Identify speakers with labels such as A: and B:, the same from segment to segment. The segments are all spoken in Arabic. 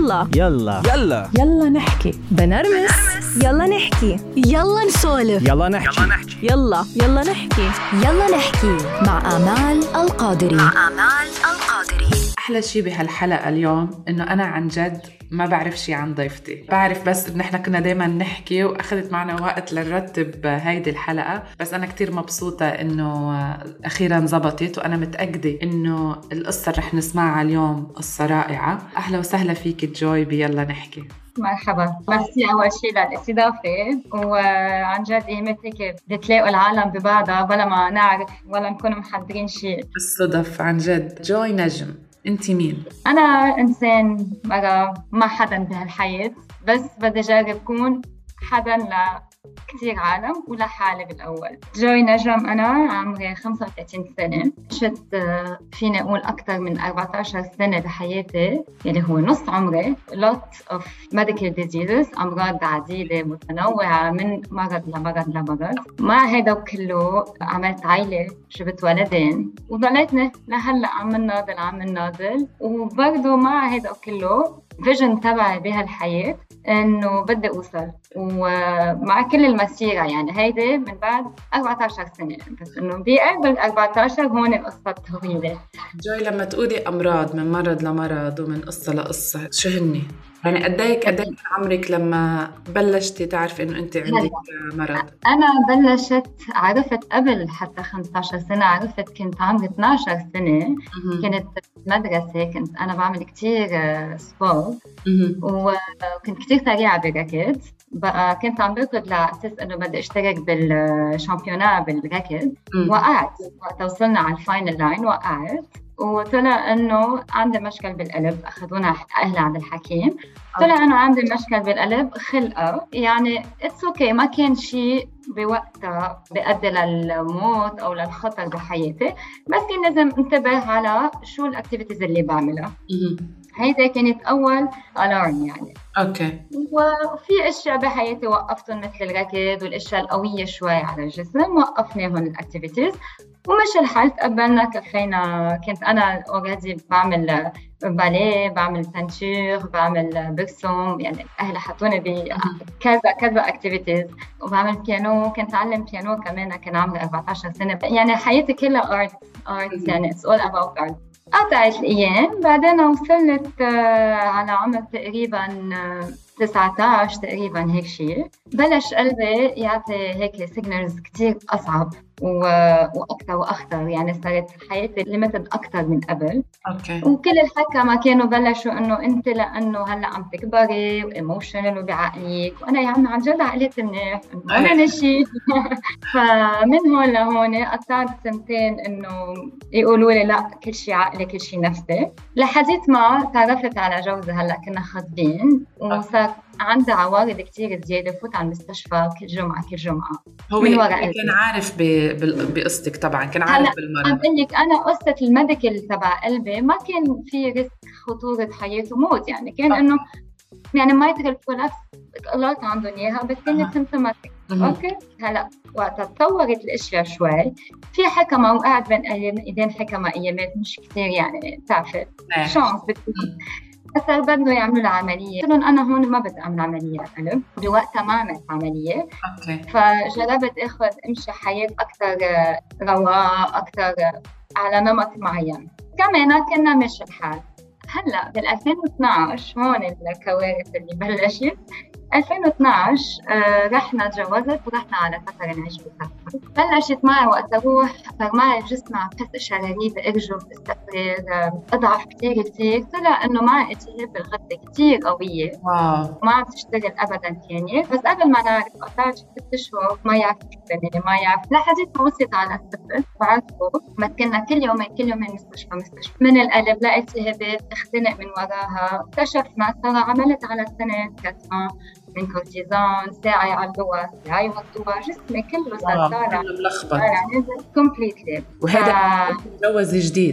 A: يلا نحكي.
B: بنرمس.
C: يلا نحكي.
B: يلا نسولف.
A: يلا نحكي.
C: يلا نحكي.
B: يلا نحكي مع آمال القادري.
D: أحلى شي بهالحلقة اليوم إنه أنا عن جد ما بعرف شي عن ضيفتي. بعرف بس إن إحنا كنا دايما نحكي وأخذت معنا وقت لنرتب هيدي الحلقة، بس أنا كتير مبسوطة إنه أخيرا زبطت، وأنا متأكدة إنه القصة رح نسمعها اليوم قصة رائعة. أهلا وسهلا فيك جوي بيلا نحكي.
E: مرحبا، ميرسي أول شيء للاستضافة، وعن جد قيمت هيك بتلاقوا العالم ببعضها بلا ما نعرف ولا نكون محضرين شيء
D: بالصدف. عن جد جوي نجم، انتي مين؟
E: أنا إنسان مرة ما حدا بهالحياة، بس بدي أجرب كون حدا لكتير عالم ولحالي بالأول. جوي نجم، أنا عمري 35 سنة، عشت فيني أقول أكثر من 14 سنة بحياتي، يعني هو نص عمري. lot of medical diseases، أمراض عديدة متنوعة من مرض لمرض. مع هيدا كله عملت عائلة، جبت ولدين، وضليتني لهلأ عم نناضل. وبرضو مع هيدا كله فيجن تبعي بهالحياة إنه بدي أوصل، ومع كل المسيرة يعني هيدي من بعد 14 سنة، بس إنه بقلب 14 هون القصة طويلة.
D: جوي لما تقولي أمراض من مرض لمرض ومن قصة لقصة، شو هني؟ يعني قديك عمرك لما بلشتي تعرفي إنه أنت عندك مرض؟
E: أنا عرفت قبل حتى 15 سنة، كنت عمري 12 سنة. كنت مدرسة، كنت أنا بعمل كتير سبورت، وكنت كتير سريعة بالركض. بقى كنت عم بركض لأساس إنه بدي أشترك بالشامبيونات بالركض. وقعت وقت وصلنا على الفاينل لاين، وقعت وطلع إنه عندي مشكل بالقلب. أخذونا أهلي عند الحكيم، طلع إنه عندي مشكل بالقلب، خلقة يعني it's okay، ما كان شيء بوقتها بيؤدي للموت أو للخطر بحياتي، بس كان لازم انتبه على شو الأكتيفيتيز اللي بعملها. هيدا كانت أول ألارم يعني.
D: أوكي.
E: وفي أشياء بحياتي وقفتهم مثل الركض والأشياء القوية شوي على الجسم، وقفناهم الأكتيفيتيز ومشي الحال. تقبلنا كفينا. كنت أنا أوريدي بعمل باليه، بعمل بانتور، بعمل برسوم، يعني أهلي حطوني بكذا أكتيفيتيز، وبعمل بيانو. كنت أتعلم بيانو كمان، كان عمري 14 سنة. يعني حياتي كلها art يعني it's all about art. قطعت الأيام، بعدين وصلت على عمر تقريبا 19 تقريبا هيك شيء، بلش قلبي يعطي هيك سيجنالز كتير أصعب وأكثر وأخطر. يعني صارت حياتي ليميتد أكثر من قبل. وكل الحكى ما كانوا بلشوا إنه أنت لأنه هلأ عم تكبري وإيموشنال وبعقليك، وأنا يعني عن جد عقليتي منيح ولا نشي. فمن هون لهون قطعت سنتين إنه يقولوا لي لا، كل شيء عقلي كل شيء نفسي، لحديت ما تعرفت على جوزي. هلأ كنا خاطبين، وصار عنده عوارض كتير زيادة، فوت على المستشفى كل جمعة.
D: هو كان عارف بقصتك طبعا، كان عارف بالمرض.
E: عم بقول لك أنا قصة الميديكال تبع قلبي ما كان في ريسك خطورة حياة وموت، يعني كان إنه يعني مايترال كولابس الله عندهم إياها، بس كانت سيمتوماتيك. أوكي. هلا وقت تطورت الأشياء شوي، في حكمة وقعد بين إيدين حكمة أيامات مش كتير، يعني تعرفي شانس بتكون. صار بدهم يعملوا عملية. قلت لهم أنا هون ما بدي أعمل عملية قلب، بوقتها ما عملت عملية. فجربت أمشي حياة أكثر رواق، أكثر على نمط معين. كمان كنا ماشي الحال. هلأ بال2012 هون الكوارث اللي بلشت. 2012 رحنا تجوزت ورحنا على سفر نعيش بسفر. بلشت معي وقت أروح، صار معي جسمي عم بحس أشياء غريبة، أرجل بالسفر أضعف كتير. طلع إنه معي التهاب بالغدة كتير قوية، ما عم تشتغل أبدا كانت. بس قبل ما نعرف قطعت 6 شهور ما يعرف كيف، ما يعرف لحديت ما وصلت على الصفر. بعرفه ما كنا كل يومين مستشفى من القلب، لا التهابات اختنق من وراها. اكتشفنا صار عملت على السنة كتمان من كورتيزون، ساعة يعلوها ساعة يوطوها، جسمي كله صار طالع
D: ملخبط
E: نزل كومبليتلي.
D: وهذا متجوز جديد؟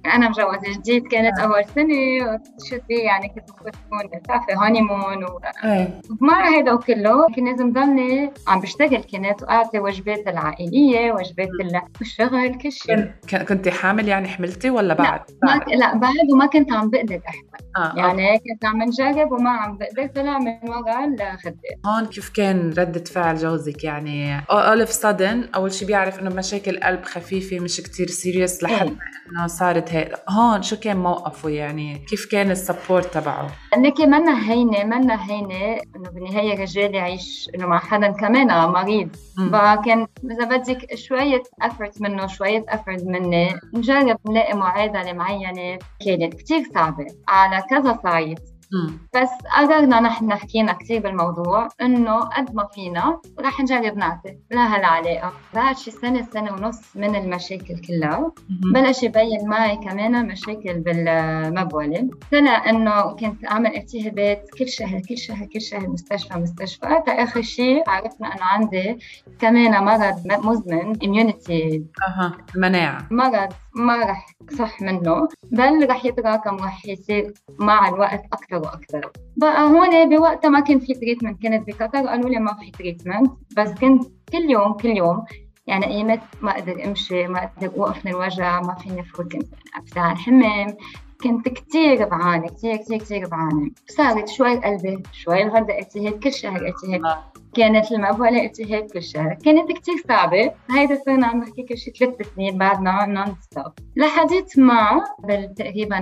E: أنا مجوزة جديد، كانت أول سنة شتي يعني كنت المفروض تكون تعرفي هانيمون ومع هيدا وكله كنت لازم ضلني عم بشتغل، كنت وقاعدة وجبات العائلية، وجبات الشغل، كل شيء.
D: كنت حامل يعني، حملتي ولا بعد؟
E: لا بعد، وما كنت عم بقدر أحمل يعني كنت عم نجرب وما عم بقدر، طلع من وراء الخدة.
D: هون كيف كان ردة فعل جوزك يعني؟ all of sudden أول شي بيعرف إنه مشاكل قلب خفيفة مش كتير سيريس لحد إنه صارت هيك، هون شو كان موقفه يعني؟ كيف كان السبورت تبعه؟
E: إنك منا هينة إنه بالنهاية رجال يعيش إنه مع حدا كمان مريض، فكان إذا بدك شوية effort منه، شوية effort مني، نجرب نلاقي معادلة معينة. كانت كتير صعبة على كذا صعيد، بس قررنا نحن حكينا كتير بالموضوع إنه قد ما فينا رح نجرب نعطي لها العلاقة. بعد شي سنة ونص من المشاكل كلها بلش يبين معي كمان مشاكل بالمبولة. طلع إنه كنت أعمل التهابات كل شهر مستشفى. آخر شي عرفنا إنه عندي كمان مرض مزمن immunity،
D: مناعة،
E: مرض ما رح صح منه، بل رح يتراكم، رح يصير مع الوقت أكثر وأكثر. بقى هون بوقتها ما كان في تريتمنت، كنت بقطر قالوا لي ما في تريتمنت، بس كنت كل يوم يعني أيامات ما أقدر أمشي، ما أقدر أوقف من الوجع، ما فيني أفوت، كنت أفتح الحمام، كنت كتير بعاني، كتير بعاني. صارت شوي قلبي، شوي الغدة التهاب، كل شهر التهاب، كانت المبولة التهاب كل شهر، كانت كتير صعبة. هيدا صرنا عم نحكي كل شي 3 سنين بعدنا نون ستوب، لحديت ما تقريبا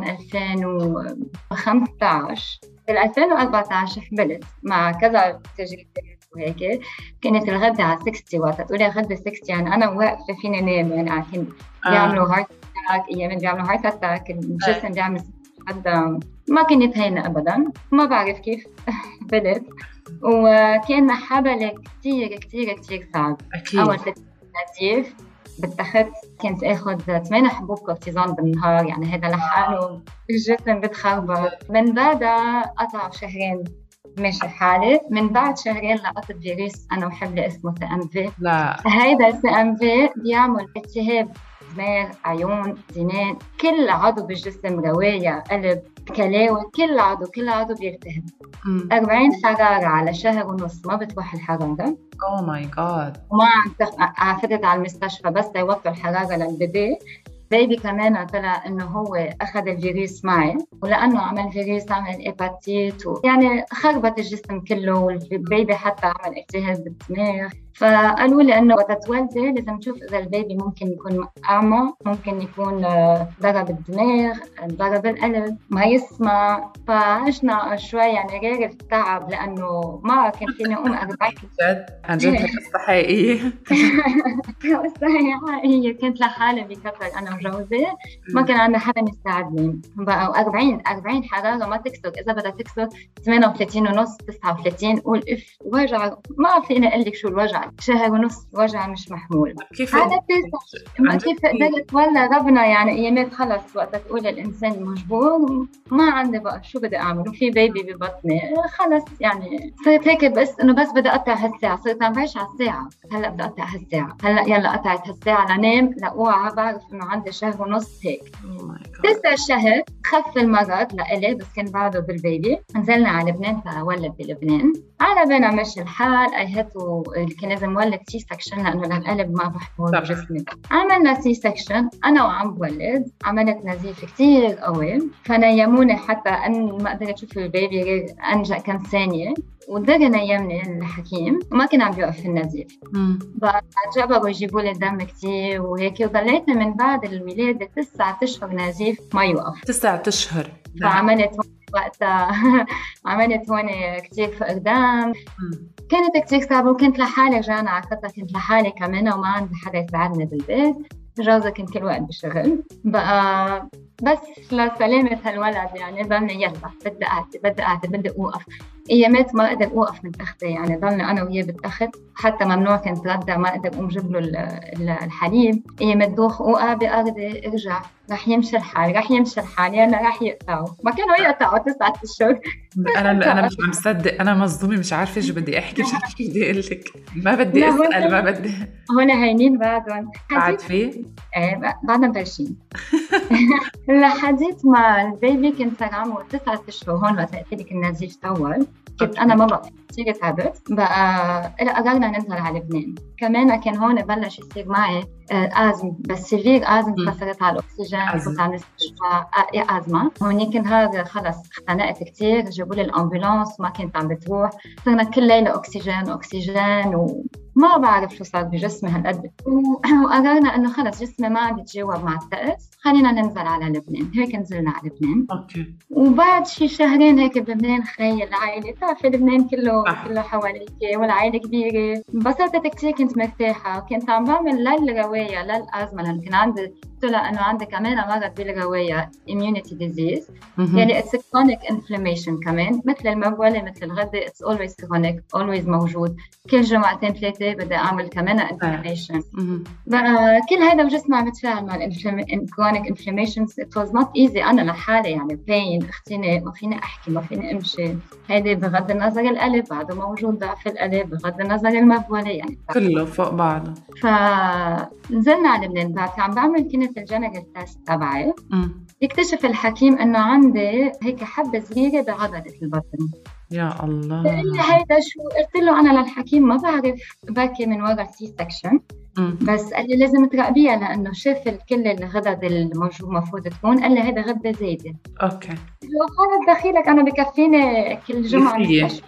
E: 2015 بال 2014 حملت مع كذا تجربة وهيك. كانت الغدة على 60 وقت تقولي غدة 60 يعني أنا واقفة فيني نام، يعني كنت بيعملوا هارت أتاك، أيام بيعملوا هارت أتاك، الجسم بيعمل غدة، ما كنت هينة أبدا، ما بعرف كيف بدت. وكان حبلة كتير صعب. أول فترة نزيف بتخذ، كنت أخذ 8 حبوب كورتيزون بالنهار، يعني هذا لحاله الجسم بتخربط. من بعدها قطع شهرين ماشي حالي، من بعد شهرين لقطت فيروس أنا وحبلي اسمه CMV.
D: لا
E: هيدا CMV بيعمل التهاب دماغ، عيون، سنان، كل عضو بالجسم، رواية، قلب، كلاوي، كل عضو بيرتهب. 40 حرارة على شهر ونص ما بتروح الحرارة.
D: Oh my God.
E: وما عفتت على المستشفى بس يوطوا الحرارة للبيبي. بيبي كمان طلع إنه هو أخذ الفيروس معي، ولأنه عمل فيروس عمل إيباتيت يعني خربت الجسم كله، والبيبي حتى عمل التهاب بالدماغ. فقالوا لي إنه وقت تولدي لازم نشوف إذا البيبي ممكن يكون أعمى، ممكن يكون ضرب الدماغ، ضرب القلب، ما يسمع. فعشنا شوي يعني غير التعب، لأنه ما كان فيني أقوم 40.
D: عن جد قصة حقيقية.
E: قصة حقيقية. كنت لحالي بقطر أنا وجوزي، ما كان عندنا حدا يساعدني. بقى 40 حرارة ما تكسر، إذا بدها تكسر 38 ونص 39 قول إف وجع، ما فيني أقول لك شو الوجع. شهر ونص وجع مش محمول.
D: كيف
E: قدرت ولا ربنا يعني أيامات خلص وقت تقول الإنسان مجبور، ما عندي بقى شو بدي أعمل، وفي بيبي ببطني خلص يعني. صرت هيك بس إنه بس بدي أقطع هالساعة، صرت عم بعيش على الساعة. هلأ بدي أقطع هالساعة، هلأ يلا قطعت هالساعة لنام لأوعى، بعرف إنه عندي شهر ونص هيك. 9 شهر خف المرض لإلي، بس كان بعده بالبيبي. نزلنا على لبنان فولد بلبنان، على بنا مشي الحال. أيهاتو كان لازم ولد سي سكشن لأنه القلب ما بحمل جسمي. عملنا سي سكشن أنا وعم بولد، عملت نزيف كتير قوي، فنيموني حتى أن ما قدرت أشوف البيبي غير أنجأ كم ثانية، ودري نيمني الحكيم وما كان عم بيوقف النزيف. جابوا يجيبوا لي دم كتير وهيك، وضليت من بعد الولادة 9 أشهر نزيف ما يوقف.
D: 9 أشهر.
E: فعملت وقتها عملت هون كتير فقدان. كانت كتير صعبة، وكنت لحالي رجعنا على قطر، كنت لحالي كمان وما عندي حدا يساعدني بالبيت. جوزي كنت كل وقت بشغل بقى، بس لسلامة هالولد يعني ضلني يلا بدي أعطي بدي أوقف. ايامات ما اقدر اوقف من تختي، يعني ضلني انا وياه بالتخت، حتى ممنوع كنت رضع، ما اقدر اقوم جيب له الحليب. ايامات دوخ اوقع بارضي، ارجع رح يمشي الحال، رح يمشي الحال، يلا رح يقطعوا. ما كانوا يقطعوا 9 اشهر.
D: انا مش عم صدق، انا مصدومه، مش عارفه شو بدي احكي، مش عارفه شو بدي اقول لك، ما بدي اسال، ما بدي.
E: هون هينين بعدهم
D: بعد في
E: بعدنا مبلشين. لحديت ما البيبي كنت صار عمره 9 اشهر، هون وقت قلت لك النزيف طول، كنت انا ما بقى كثير تعبت بقى، قررنا ننزل على لبنان. كمان كان هون بلش يصير معي ازمه، بس سيفير ازمه، خسرت على الاكسجين، كنت على المستشفى ازمه. هونيك نهار خلص اختنقت كثير، جابوا لي الامبولانس، ما كنت عم بتروح، صرنا كل ليله اكسجين وما بعرف شو صار بجسمي هالقد. وقررنا انه خلص جسمي ما عم يتجاوب مع الطقس، خلينا ننزل على لبنان. هيك نزلنا على لبنان.
D: اوكي.
E: وبعد شي شهرين هيك بلبنان، خي العائله بتعرفي لبنان كله حواليك والعائله كبيره، انبسطت كثير، كنت مرتاحه، كنت عم بعمل للروايه للازمه، لانه كان عندي طلع انه عندي كمان مرض بالروايه immunity disease، يعني it's a chronic inflammation كمان، مثل المبوله مثل الغده، it's always chronic، always موجود، كل جمعتين 3 بدي اعمل كمان inflammation. بقى كل هذا وجسمي عم يتفاعل مع chronic inflammations. it was not easy انا لحالي، يعني pain، اختناق، ما فيني احكي، ما فيني امشي، هيدي بغض النظر القلب بعده موجود، ضعف القلب، بغض النظر المبوله، يعني
D: كله فوق بعضه.
E: فنزلنا على لبنان. بعد عم بعمل كنت الجنرال تيست تبعي، يكتشف الحكيم انه عندي هيك حبه صغيره بعضله البطن.
D: يا الله.
E: قال لي هيدا شو؟ قلت له انا للحكيم ما بعرف، بركي من ورا سي سكشن، بس قال لي لازم تراقبيها لانه شاف كل الغدد الموجود مفروض تكون. قال لي هيدا غده زايده.
D: اوكي.
E: لو خلص دخيلك انا بكفيني كل جمعه مستشفى.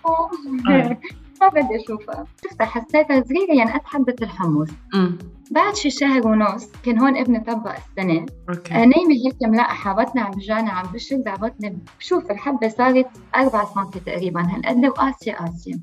E: ما بدي اشوفها. شفتها حسيتها صغيره، يعني قد حبه الحمص. بعد شي شهر ونص كان هون ابني طبق السنة. نايمة هيك ملقحة، بطني عم بجاني، عم بشد على بطني، بشوف الحبة صارت 4 سنتي تقريبا هالقد، وقاسية.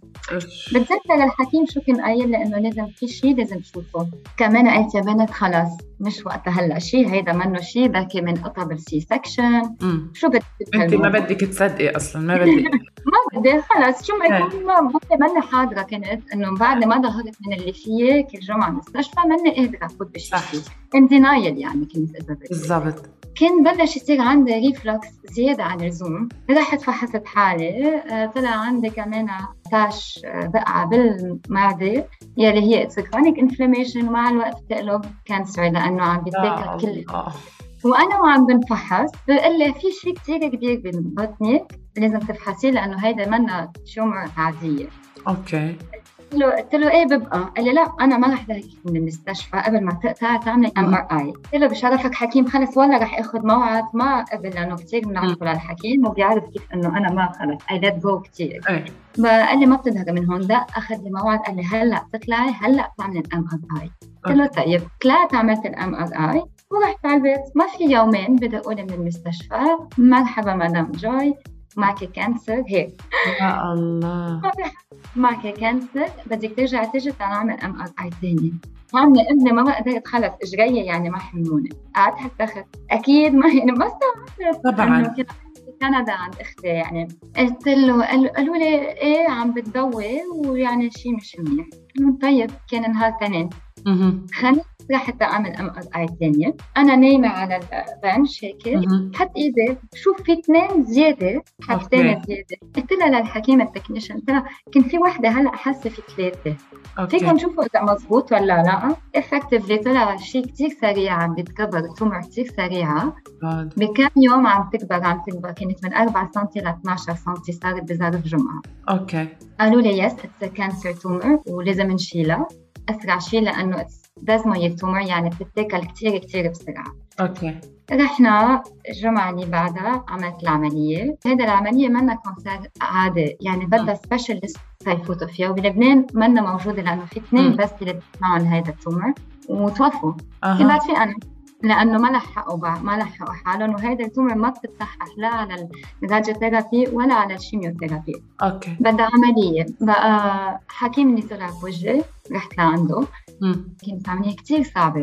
E: بتذكر الحكيم شو كان قايل لي؟ انه لازم في شي لازم تشوفه. كمان قلت يا بنت خلص مش وقتها هلا شي، هيدا منه شي، ذاك من قطب السي سكشن. شو بدك
D: انت ما بدك تصدقي اصلا، ما بدي
E: ما بدي خلص شو ما يكون. ماني حاضرة كنت انه بعد ما ظهرت من اللي فيه كل جمعة مستشفى، ماني قادرة أفوت بشي اندينايل، يعني كنت إذا بدي.
D: بالضبط.
E: كان بلش يصير عندي ريفلكس زيادة عن اللزوم، رحت فحصت حالي، طلع عندي كمان تاش بقعة بالمعدة يلي هي كرونيك انفلاميشن، ومع الوقت تقلب كانسر لأنه عم بيتاكل كل. وأنا وعم بنفحص بقول لي في شيء كتير كبير ببطنك لازم تفحصيه، لأنه هيدا منا تيومر عادية.
D: أوكي.
E: قلت له ايه ببقى؟ قال لي لا انا ما رح ضلك من المستشفى قبل ما تقطع تعملي MRI. قلت له بشرفك حكيم خلص والله رح اخذ موعد، ما قبل لانه كثير بنعرفه للحكيم وبيعرف كيف انه انا ما خلص I let go كثير. قال لي ما بتظهر من هون، لا اخذ لي موعد، قال لي هلا بتطلعي، هلا بتعملي MRI. قلت له طيب. طلعت عملت MRI ورحت على البيت. ما في يومين بدأوا لي من المستشفى، مرحبا مدام جوي معك كانسر. هيك
D: يا الله
E: معك كانسر، بدك ترجع تيجي تعمل MRI ثاني. عامله ابني ما بقدر خلص اجريه، يعني ما حملوني، قعدت هالتخت اكيد ما يعني ما استوعبت
D: طبعا.
E: كنت كندا عند اختي، يعني قلت له قالوا لي ايه عم بتضوي ويعني شيء مش منيح. طيب كان نهار تنين خليني رحت اعمل MRI ثانيه. انا نايمه على البنش هيك، حط ايدي شوف في 2 زياده، حفتين زياده. قلت لها للحكيمه التكنيشن، قلت لها كان في وحده هلا حاسه في 3، فيكم تشوفوا اذا مزبوط ولا لا. افكتفلي طلع شيء كتير سريع، عم بيتكبر تومر كتير سريعه، بكم يوم عم تكبر. كانت من 4 سم ل 12 سم، صارت بظرف جمعه.
D: اوكي.
E: قالوا لي يس اتس كانسر تومر ولازم نشيلها اسرع شيء لانه دازمويد تومر، يعني بتتاكل كتير بسرعه.
D: اوكي.
E: رحنا الجمعه اللي بعدها عملت العمليه. هذا العمليه منا كانسر عادي، يعني بدها سبيشالست يفوتوا فيها، وبلبنان منا موجوده لانه في 2 بس اللي معهم هذا التومر وتوفوا. بعد في انا لانه ما لحقوا حالهم، وهذا التومر ما بتتلحق لا على الراديوثيرابي ولا على الشيميوثيرابي.
D: اوكي.
E: بدها عمليه. بقى حكيم نزل بوجهي، رحت لعنده. كانت عمليه كتير صعبه.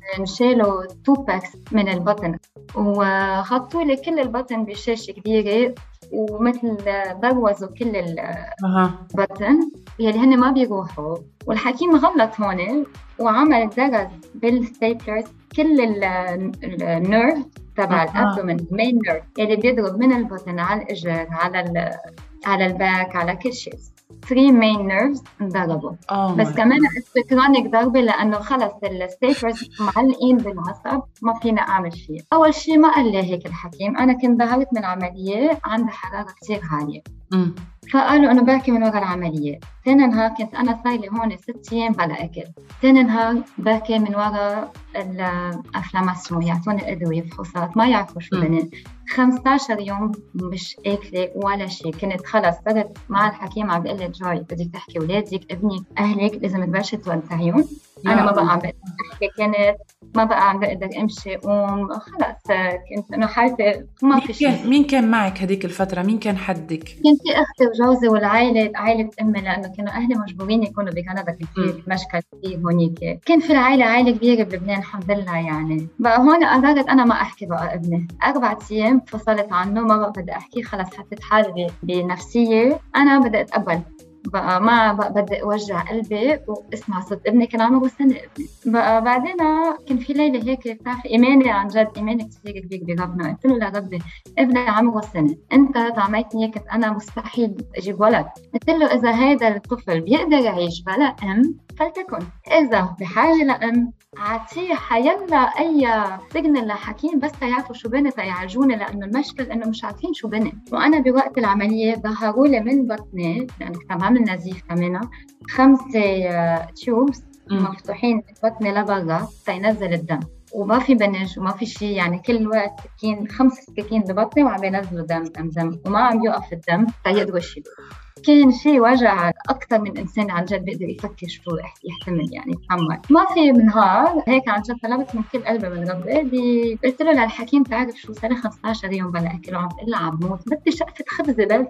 E: نشيلوا 2 باكس من البطن وخطوا لي كل البطن بشاشه كبيره ومثل بروزوا كل
D: أها.
E: البطن يلي هن ما بيروحوا. والحكيم غلط هون وعمل درز بالستيبلرز كل النيرف تبع الابدومين، المين نيرف يلي بيضرب من البطن على الاجر على الباك على كل شيء. 3 main nerves انضربوا. بس كمان كرونيك ضربة لأنه خلص الستيبلرز معلقين بالعصب ما فينا أعمل شيء. أول شيء ما قال لي هيك الحكيم، أنا كنت ظهرت من العملية عندي حرارة كتير عالية. فقالوا أنه باكي من وراء العملية. ثاني نهار كنت أنا صار لي هون 6 أيام بلا أكل. ثاني نهار باكي من وراء الأفلاماسيون، يعطوني الأدوية فحوصات ما يعرفوا شو بني. 15 يوم مش أكلة ولا شيء. كنت خلص صرت مع الحكيم عم بقول لي جوي بدك تحكي ولادك ابنك أهلك لازم تبلشي تودعيهم. أنا ما بقى عم بقدر أحكي، كنت ما بقى عم بقدر أمشي قوم، خلص كنت أنا حالتي ما في شيء.
D: مين كان معك هديك الفترة؟ مين كان حدك؟
E: كنت أختي وجوزي والعائلة، عائلة أمي، لأنه كانوا أهلي مجبورين يكونوا بكندا، كان في مشكل كثير هونيك. كان في العائلة عائلة كبيرة بلبنان الحمد لله. يعني بقى هون قررت أنا ما أحكي بقى ابني. 4 أيام فصلت عنه، ما بقى بدي أحكي، خلص حطيت حالي بنفسية أنا بدي أتقبل بقى، ما بقى بدي أوجع قلبي واسمع صوت ابني. كان عمره 1 سنة ابني. بقى بعدين كان في ليلة هيك بتعرف إيماني عن جد، إيماني كثير كبير بربنا. قلت له لربي ابني عمره 1 سنة، أنت طعميتني كنت أنا مستحيل أجيب ولد. قلت له إذا هذا الطفل بيقدر يعيش بلا أم فلتكن، إذا بحاجة لأم عطيه حيلا أي سيجنال لحكيم بس يعرفوا شو بني يعالجوني، لأنه المشكل إنه مش عارفين شو بني. وأنا بوقت العملية ظهروا لي من بطني لأنه كنت عامل نزيف كمان 5 تيوبس مفتوحين من بطني لبرا تينزل الدم، وما في بنج وما في شيء. يعني كل وقت سكين 5 سكاكين ببطني وعم ينزلوا دم وما عم يوقف الدم تيقدروا يشيلوا. كان شيء وجع أكثر من إنسان عن جد بيقدر يفكر شو يحتمل يعني يتحمل. ما في نهار هيك عن جد طلبت من كل قلبي من ربي. قلت له للحكيم تعرف شو صار 15 يوم بلا أكل وعم تقول عم بموت، بدي شقفة خبزة بس.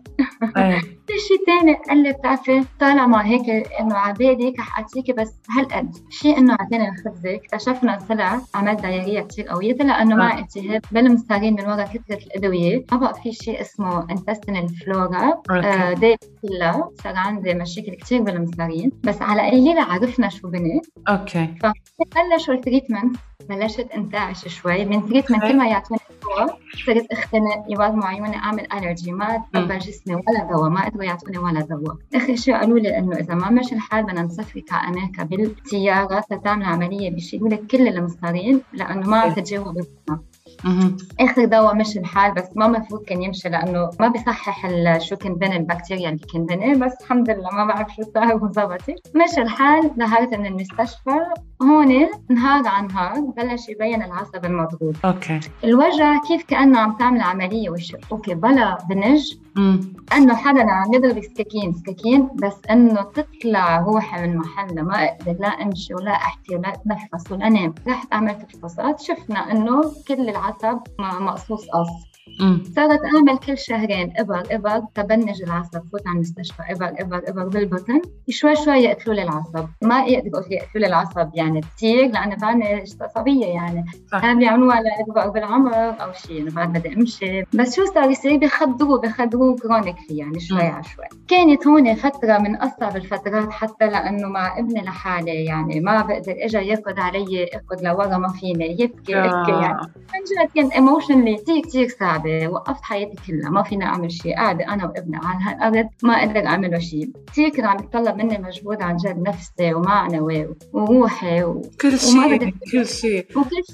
E: في شيء تاني قال لي بتعرفي طالما هيك إنه عبالي كحقاتيكي بس هالقد شيء إنه عطينا الخبزة. اكتشفنا طلع عمل دايرية كتير قوية، طلع إنه مع التهاب بالمصارين من وراء كثرة الأدوية. ما بقى في شيء اسمه intestinal flora. ده كلها صار عندي مشاكل كتير بالمصارين، بس على قليل عرفنا شو بني.
D: اوكي.
E: فبلشوا التريتمنت، بلشت انتعش شوي من تريتمنت. كل ما يعطوني دواء صرت اختنق، يوازموا عيوني، اعمل الرجي، ما اتقبل جسمي ولا دواء، ما قدروا يعطوني ولا دواء. اخر شيء قالوا لي انه اذا ما مشي الحال بدنا نسافرك على امريكا بالطياره تتعمل عمليه بيشيلوا لك كل المصارين لانه ما عم تتجاوب بطنها. اخر دواء مش الحال، بس ما مفروض كان يمشي لانه ما بيصحح شو كان بين البكتيريا اللي كان بينه، بس الحمد لله ما بعرف شو صار وظبطت. مشي الحال. ظهرت من المستشفى هون نهار عن نهار بلش يبين العصب المضغوط.
D: اوكي.
E: الوجع كيف كانه عم تعمل عمليه ويشقوكي بلا بنج، انه حدا عم يضرب سكاكين بس انه تطلع روحي من محلها، ما اقدر لا امشي ولا احكي ولا اتنفس ولا انام. رحت عملت فحوصات، شفنا انه كل العصب مقصوص قص. صارت اعمل كل شهرين ابر تبنج العصب، فوت على المستشفى ابر بالبطن، شوي يقتلوا لي العصب. ما يقدروا يقتلوا لي العصب يعني كثير لانه بعدني عصبيه يعني هم بيعملوها لابر بالعمر او شيء. انا بعد بدي امشي، بس شو صار يصير بخدروه كرونيكلي يعني شوي على شوي. كانت هون فتره من اصعب الفترات حتى لانه مع ابني لحالي يعني ما بقدر اجي يركض علي اركض لورا، ما فيني يبكي يعني من جد كان ايموشنلي كثير صعب. وقفت حياتي كلها ما فينا أعمل شيء، قاعدة أنا وابني على هالأرض ما أقدر أعمله شيء. كثير كان عم يتطلب مني مجهود عن جد نفسي ومعنوي وروحي
D: كل شيء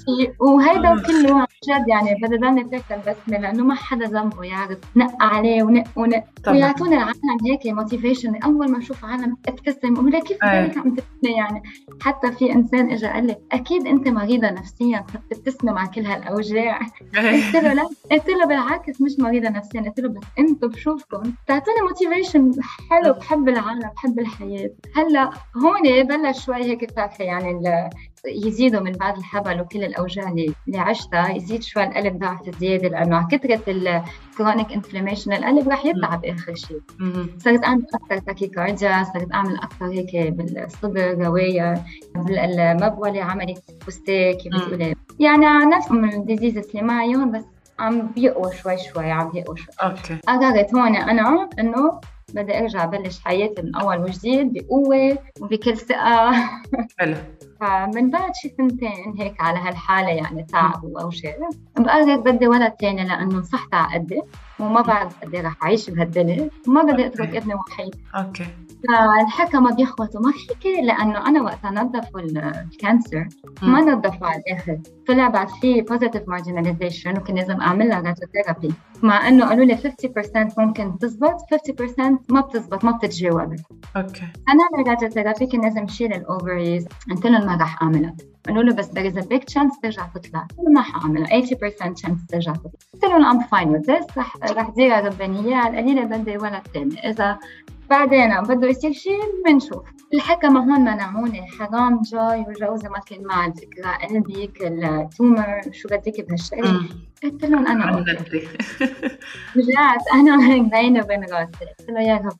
E: وهيدا كله عن جد يعني بدي ضلني فاكرة البسمة لأنه ما حدا ذنبه يعرف نق عليه ونق ويعطوني العالم هيك موتيفيشن. أول ما أشوف عالم ابتسم ولا كيف ذلك عم تبتسمي يعني. حتى في إنسان إجا قال لي أكيد أنت مريضة نفسيا بتبتسمي مع كل هالأوجاع. قلت له لا، قلت له بالعكس مش مريضة نفسيا، قلت له بس انتوا بشوفكم تعطوني موتيفيشن حلو، بحب العالم بحب الحياة. هلا هون بلش شوي هيك بتعرفي يعني يزيدوا من بعد الحبل وكل الأوجاع اللي عشتها، يزيد شوي القلب ضعف زيادة لأنه على كثرة الكرونيك انفلاميشن القلب راح يتعب آخر شيء. صرت أعمل أكثر تاكيكارديا، صرت أعمل أكثر هيك بالصدر رواية، بالمبولة عملت فستاك كيف بتقولي يعني على نفس من الديزيزز اللي معي هون. بس عم بيقوى شوي عم بيقوى شوي.
D: اوكي.
E: قررت هون انا انه بدي ارجع بلش حياتي من اول وجديد بقوه وبكل ثقه.
D: حلو.
E: فمن بعد شي 2 سنين هيك على هالحاله يعني تعب واوجاع بقرر بدي ولد تاني لانه صحت على قدي وما بعرف قد ايه رح اعيش بهالدنيا وما بدي اترك ابني وحيد.
D: اوكي.
E: فالحكمة بيخوتوا ما فيك لأنه أنا وقتها نظفوا الكانسر ما نظفوا على الآخر، طلع بعد فيه positive marginalization وكان لازم أعمل لها راديوثيرابي، مع أنه قالوا لي 50% ممكن تزبط 50% ما بتزبط ما بتتجاوب.
D: اوكي.
E: أنا الراديوثيرابي كان لازم شيل الأوفريز، قلت لهم ما رح أعملها. قالوا له بس there is a big chance ترجع تطلع. قلت لهم ما حأعملها 80% chance ترجع تطلع. قلت لهم I'm fine with this، رح ديرها ربانية على القليلة بدي ولد تاني، إذا بعدين بده يصير شيء بنشوف. الحكمة هون منعوني، حرام جاي وجوزي ما كان مع الفكرة، قلبي التومر شو بدك بهالشيء. قلت لهم أنا رجعت أنا بيني وبين راسي قلت له يا رب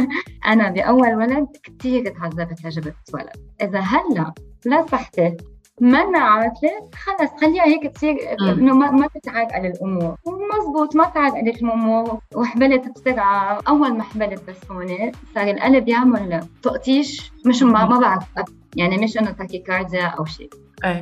E: أنا بأول ولد كتير تعذبت لجبت ولد، إذا هلأ لا صحتي منع عملت خلص خليها هيك تصير انه ما تتعرقل الامور. ومزبوط ما تعرقلت الامور وحبلت بسرعه. اول ما حبلت بس هون صار القلب يعمل تقطيش، مش ما بعرف يعني مش انه تاكيكارديا او شيء،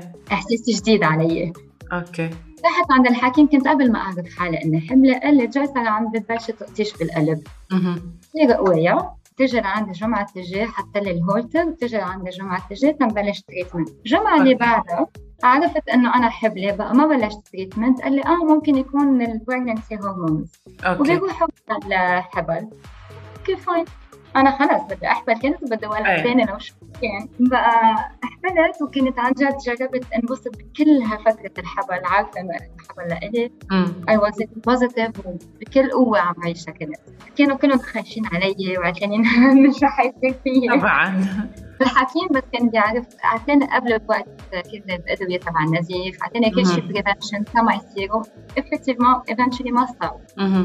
E: احساس جديد علي.
D: اوكي.
E: رحت عند الحكيم، كنت قبل ما اعرف حالي اني حمله، قال لي جاي صار عم ببلش تقطيش بالقلب. كثير قويه. تجي لعند الجمعة الجاية حتى لي الهولتر، تجي لعند الجمعة الجاية تنبلش تريتمنت. الجمعة اللي بعدها عرفت انه انا حبلة بقى، ما بلشت تريتمنت. قال لي ممكن يكون البريغننسي هرمونز وبيروحوا الحبل. اوكي فاين، انا خلص بدي احبل، كنت بدي ولد ثاني لو شو كان بقى. حبلت وكنت عن جد جربت انبسط بكل هالفترة الحبل، عارفة انه الحبل لإلي I was positive وبكل قوة عم عيشها. كانوا كلهم خايفين علي وعتلانين مش رح يصير فيي
D: طبعا.
E: الحكيم بس كان بيعرف، عطاني قبل الوقت كذا بأدوية تبع النزيف، عطاني كل شيء بريفنشن كما يصيروا effectively eventually ما صار.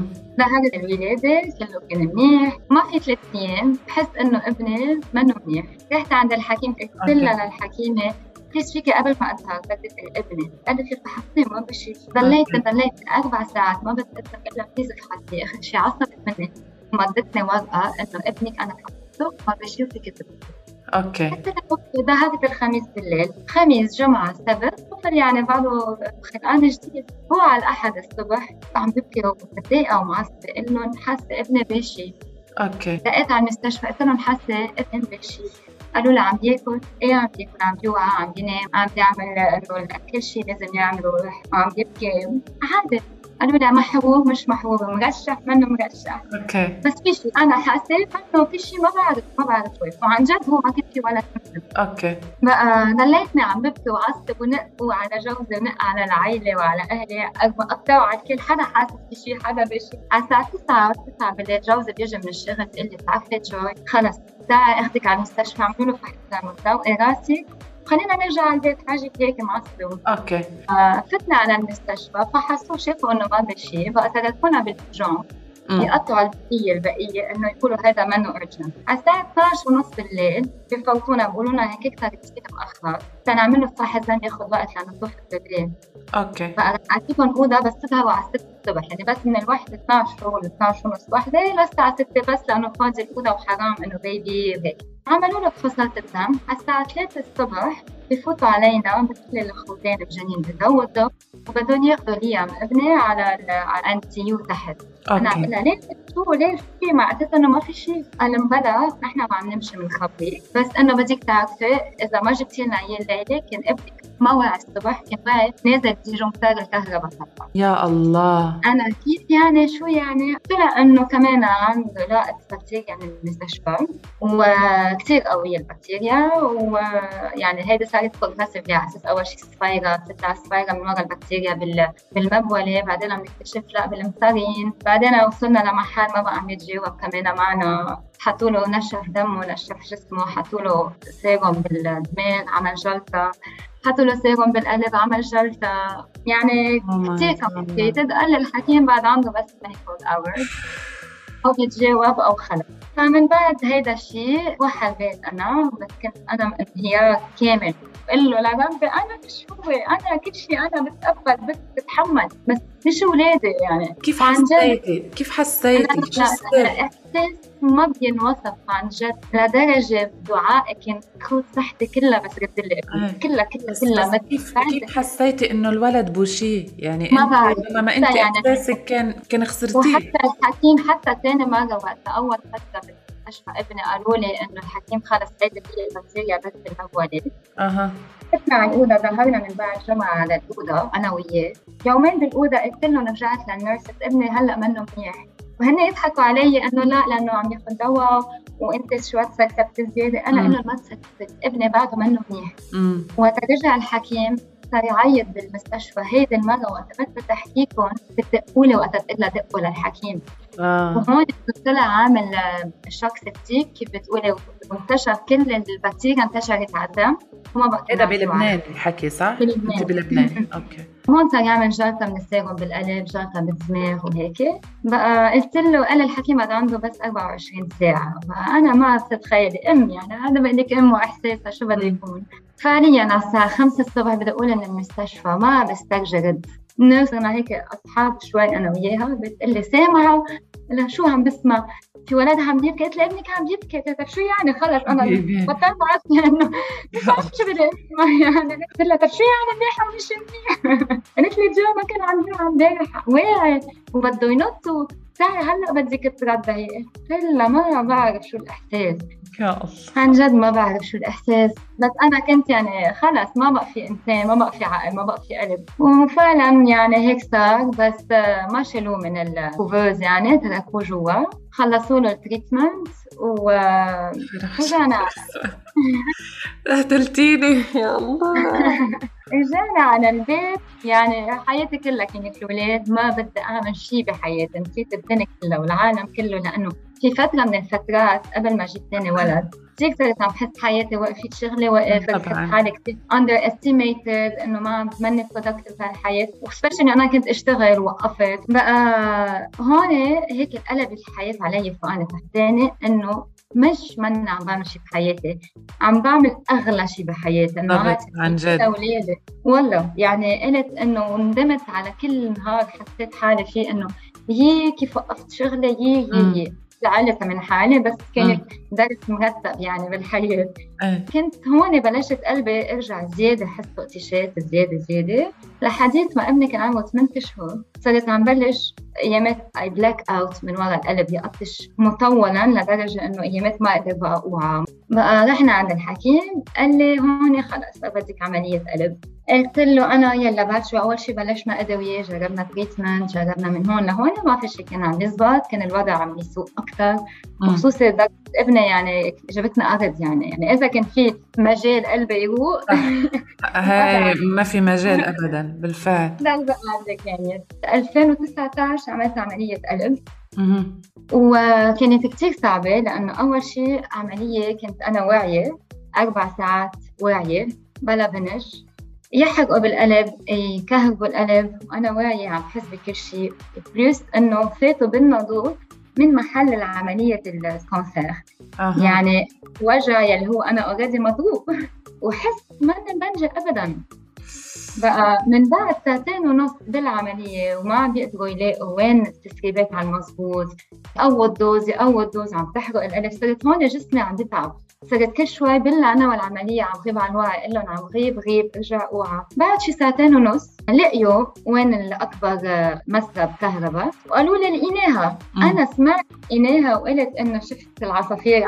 E: ظهر الولادة كله كان منيح، ما في 3 سنين بحس إنه ابني منه منيح. رحت عند الحكيم قلت لها للحكيمة بليز فيكي قبل ما أظهر بدي ابني. قالت لي فحصني ما بشي. ضليت 4 ساعات ما بتقدر إلا بليز افحصي. آخر شي عصبت مني مدتني ورقة إنه ابنك أنا فحصته ما بشي وفيكي تبقي.
D: اوكي.
E: ذهبت الخميس بالليل، خميس جمعة سبت صفر يعني بعده خلقان جديد. هو على الأحد الصبح عم ببكي ومتضايقة ومعصبة إنه حاسة ابني بشي.
D: اوكي.
E: لقيت على المستشفى قلت لهم حاسة ابني بشي. قالوا لي عم بياكل؟ ايه عم بياكل، عم بيوعى، عم بينام، عم بيعمل انه كل شيء لازم يعمله وعم بيبكي عادي. قالوا لي محبوب مش محبوب، مرشح منه مرشح.
D: اوكي.
E: بس في شيء انا حاسه انه في شيء ما بعرف وين، وعن جد هو ما كنت في ولا كلمه.
D: اوكي.
E: بقى ضليتني عم ببكي وعصب ونق على جوزي ونق على العائله وعلى اهلي، قطعوا على الكل، حدا حاسس بشيء حدا بشيء. على الساعه 9 بالليل جوزي بيجي من الشغل بيقول لي تعرفي جوي خلص تعي اخذك على المستشفى، عملوا له فحص مزوقي راسي خلينا نرجع على البيت، حاجة هيك معصبة.
D: اوكي.
E: فتنا على المستشفى فحصوا شافوا انه ما بشي، بقى تركونا بالجون يقطعوا البقية انه يقولوا هذا منه urgent. على الساعة 12:30 بالليل بفوتونا بيقولوا لنا هيك كتير كتير مأخر تنعمل له فحص لازم ياخذ وقت لانه طفل بالليل.
D: اوكي.
E: فأعطيكم أوضة بس تظهروا على 6 الصبح، يعني بس من الواحد 12 ولا 12:30 واحدة للساعة 6 بس لأنه فاضي الأوضة وحرام إنه بيبي وهيك. عملوا له فحوصات الدم على الساعة 3 الصبح بفوتوا علينا مثل الأخوتين بجنين بتزودوا وبدهم ياخذوا ليام ابني على NTU تحت. أنا عم لها ليش في مع أساس إنه ما في شيء. قال مبلا نحن ما عم نمشي من خبري، بس إنه بدك تعرفي إذا ما جبتي لنا إياه الليلة كان ابنك ما وعى الصبح كان واعي نازل بجمتار الكهرباء طبعا.
D: يا الله.
E: أنا كيف يعني شو يعني؟ طلع إنه كمان عنده لاقة بكتيريا من المستشفى وكتير قوية البكتيريا، ويعني هيدا صارت بروجريسيف على أساس أول شيء صفيرة بتطلع صفيرة من وراء البكتيريا بالمبولة، بعدين عم نكتشف لا بالمصارين، بعدين وصلنا لمحل ما بقى عم يتجاوب كمان معنا. حطوا له نشف دمه نشف جسمه، حطوا له سيروم بالدماغ عمل جلطة، حطوا له سيروم بالقلب عمل جلطة، يعني كتير complicated. قال الحكيم بعد عنده بس 24 hours أو بتجاوب أو خلص. فمن بعد هيدا الشيء وحبيت أنا، بس كنت أنا انهيار كامل. بقول له لربي أنا مش هو، أنا كل شيء أنا بتقبل بس بتحمل، بس مش ولادي يعني.
D: كيف حسيتي؟ شو صار؟
E: إحساس ما بينوصف عن جد، لدرجة دعائي كنت خذ صحتي كلها بس رد لي ابني كلها.
D: كيف حسيتي إنه الولد بوشي يعني؟
E: ما بعرف
D: لما أنت
E: يعني
D: إحساسك كان خسرتيه.
E: وحتى الحكيم حتى ثاني مرة وقت أول فترة بالمستشفى ابني قالوا لي إنه الحكيم خلص هيدا فيه البكتيريا بس بالأولي. فتنا على الأوضة، ظهرنا من بعد جمعة على الأوضة أنا وياه. يومين بالأوضة قلت لهم رجعت للنيرس ابني هلأ منه منيح، وهن يضحكوا علي إنه لا لأنه عم ياخذ دواء وأنت شوي تسكتت زيادة. أنا إنه ما تسكتت، ابني بعده منه منيح. وقت رجع الحكيم صار يعيط بالمستشفى. هيدي المرة وقت بدي تحكيكم بتدقولي وقت تقول لها دقوا للحكيم. وهون طلع عامل شوك سبتيك كيف بتقولي، وانتشر كل البكتيريا انتشرت على الدم وما بقى.
D: هذا بلبنان الحكي صح؟
E: بلبنان.
D: بلبنان. اوكي.
E: هون صار يعمل جلطة من السيروم بالقلب، جلطة بالدماغ وهيك. بقى قلت له قال الحكيم هذا عنده بس 24 ساعة. فأنا ما بتتخيلي يعني هذا بدك وإحساسها شو بده يكون. فعليا على الساعة 5 الصبح بدقولي من المستشفى، ما بستجرد. الناس أنا هيك أصحاب شوي أنا وياها، بتقلي سامعة؟ لا شو عم بسمع؟ في ولد عم يبكي. قلت لها ابنك عم يبكي. قلت شو يعني؟ خلص أنا بطلت عارفة إنه مش عارفة شو بدي أسمع يعني. قلت لها طب شو يعني منيح ومش منيح؟ قالت لي جو ما كان عندي امبارح واعي وبده ينط وساعة هلأ بدك ترضعي. قلت لها ما بعرف شو الإحساس
D: يا الله،
E: عن جد ما بعرف شو الإحساس. بس أنا كنت يعني خلص ما بقى في إنسان، ما بقى في عقل، ما بقى في قلب. وفعلا يعني هيك صار. بس ما شالوه من الكوفوز يعني، تركوه جوا، خلصوا له التريتمنت ورجعنا.
D: قتلتيني يا الله.
E: رجعنا على البيت. يعني حياتي كلها كانت الولاد، ما بدي أعمل شيء بحياتي، نسيت الدنيا كلها والعالم كله. لأنه في فترة من الفترات قبل ما جيت ثاني ولد كثير صرت عم بحس حياتي وقفت، شغلي وقفت، بحس حالي كثير underestimated، إنه ما عم بتمنى productive بهالحياة، وسبيشلي أنا كنت أشتغل ووقفت. بقى هون هيك قلبت الحياة علي فأنا تحتاني إنه مش منا عم بعمل شيء بحياتي، عم بعمل أغلى شيء بحياتي. إنه
D: عن جد
E: أولادي والله يعني قلت إنه ندمت على كل نهار حسيت حالي فيه إنه كيف وقفت شغلي زعلت من حالي. بس كانت درس مرتب يعني بالحياة. كنت هون بلشت قلبي ارجع زيادة، حس اقتشات زيادة لحديث ما ابني كان عمره 8 أشهر. صرت عم بلش ايامات اي بلاك اوت من وراء القلب، يقطش مطولا لدرجة انه ايامات ما اقدر بقى اوعى. بقى رحنا عند الحكيم قال لي هون خلص بدك عملية قلب. قلت له أنا يلا بعد شو أول شيء بلشنا أدوية، جربنا تريتمنت، جربنا من هون لهون، ما في شيء كان عم يزبط، كان الوضع عم يسوء أكتر. وخصوصي درجة ابني يعني جبتنا أرض يعني إذا كان في مجال قلبي يروق
D: هاي ما في مجال أبدا بالفعل.
E: درجة عندك يعني 2019 عملت عملية قلب. وكانت كتير صعبة لأنه أول شيء عملية كنت أنا واعية 4 ساعات واعية بلا بنج، يحرقوا بالقلب يكهربوا القلب وأنا واعية عم بحس بكل شيء. بلس إنه فاتوا بالنظور من محل العملية الكانسر. يعني وجع يلي هو أنا أوريدي مضروب وحس ما بنجي أبدا. بقى من بعد 2.5 ساعة بالعملية وما عم بيقدروا يلاقوا وين التسريبات على المضبوط، أول دوز عم تحرق القلب. صرت هون جسمي عم بتعب، صرت كل شوي بالله أنا والعملية عم غيب عن الوعي، أقول لهم عم غيب ارجع اوعى. بعد شي 2.5 ساعة لقيوا وين الأكبر مسرب كهرباء وقالوا لي لقيناها. أنا سمعت لقيناها وقلت إنه شفت العصافير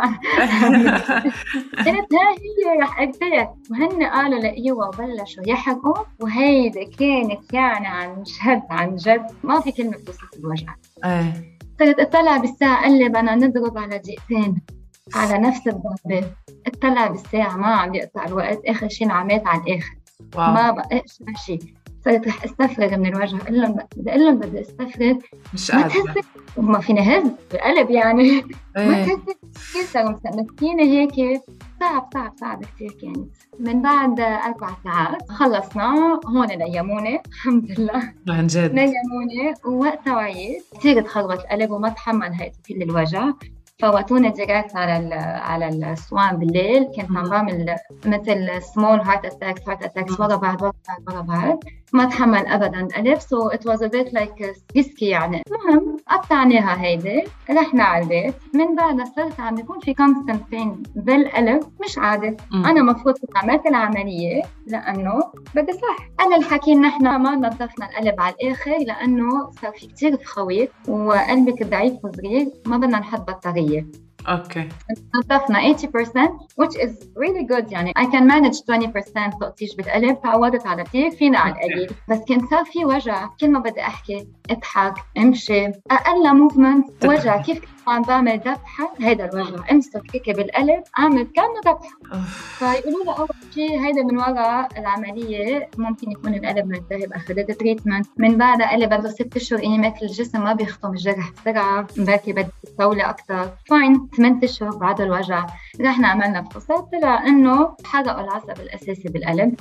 E: قلت ها هي رح ارتاح. وهن قالوا لقيوها وبلشوا يحرقوا. وهيدا كانت يعني عن جد ما في كلمة توصف الوجع. صرت اطلع بالساعة قال لي بدنا نضرب على دقيقتين على نفس الضربة. اطلع بالساعة ما عم يقطع الوقت، آخر شيء نعمات على الآخر. ما بقاش ماشي. صرت رح استفرغ من الوجع. قل لهم بدي استفرغ
D: مش
E: ما
D: قادرة.
E: تحسي وما فينا هز بالقلب يعني ما تحسي كيف صاروا مسكينة هيك. صعب كتير كانت. من بعد 4 ساعات خلصنا هون نيموني الحمد لله
D: عن جد
E: نيموني. ووقتها وعيت كتير تخربط القلب وما تحمل هاي كل الوجع، فوتوني ديريكت على السوان بالليل. كنت عم بعمل مثل سمول هارت اتاكس ورا بعض ما تحمل ابدا القلب. سو ات واز ا بيت لايك ريسكي يعني. المهم قطعناها هيدي، رحنا على البيت. من بعدها صرت عم بيكون في كونستنت بين بالقلب مش عادي. انا مفروض كنت عملت العمليه لانه بدي صح. انا الحكي نحن ما نظفنا القلب على الاخر لانه صار في كتير فخويت وقلبك ضعيف وصغير، ما بدنا نحط بطاريه.
D: اوكي
E: نظفنا 80% which is really good. يعني I can manage 20% تقطيش بالقلب. تعودت على كتير فينا على القليل، بس كان صار في وجع. كل ما بدي احكي اضحك امشي اقل موفمنت وجع. كيف عم بعمل ذبحه هيدا الوجع، امسك هيك بالقلب اعمل كانه ذبحه. فيقولوا لي اول شيء هيدا من وراء العمليه ممكن يكون القلب ملتهب. اخذت تريتمنت من بعدها قال لي بده 6 أشهر ايمت الجسم ما بيخطم الجرح بسرعه، بركي بدي طوله اكثر. فاين 8 أشهر بعد الوجع رحنا عملنا فحوصات، طلع انه حرقوا العصب الاساسي بالقلب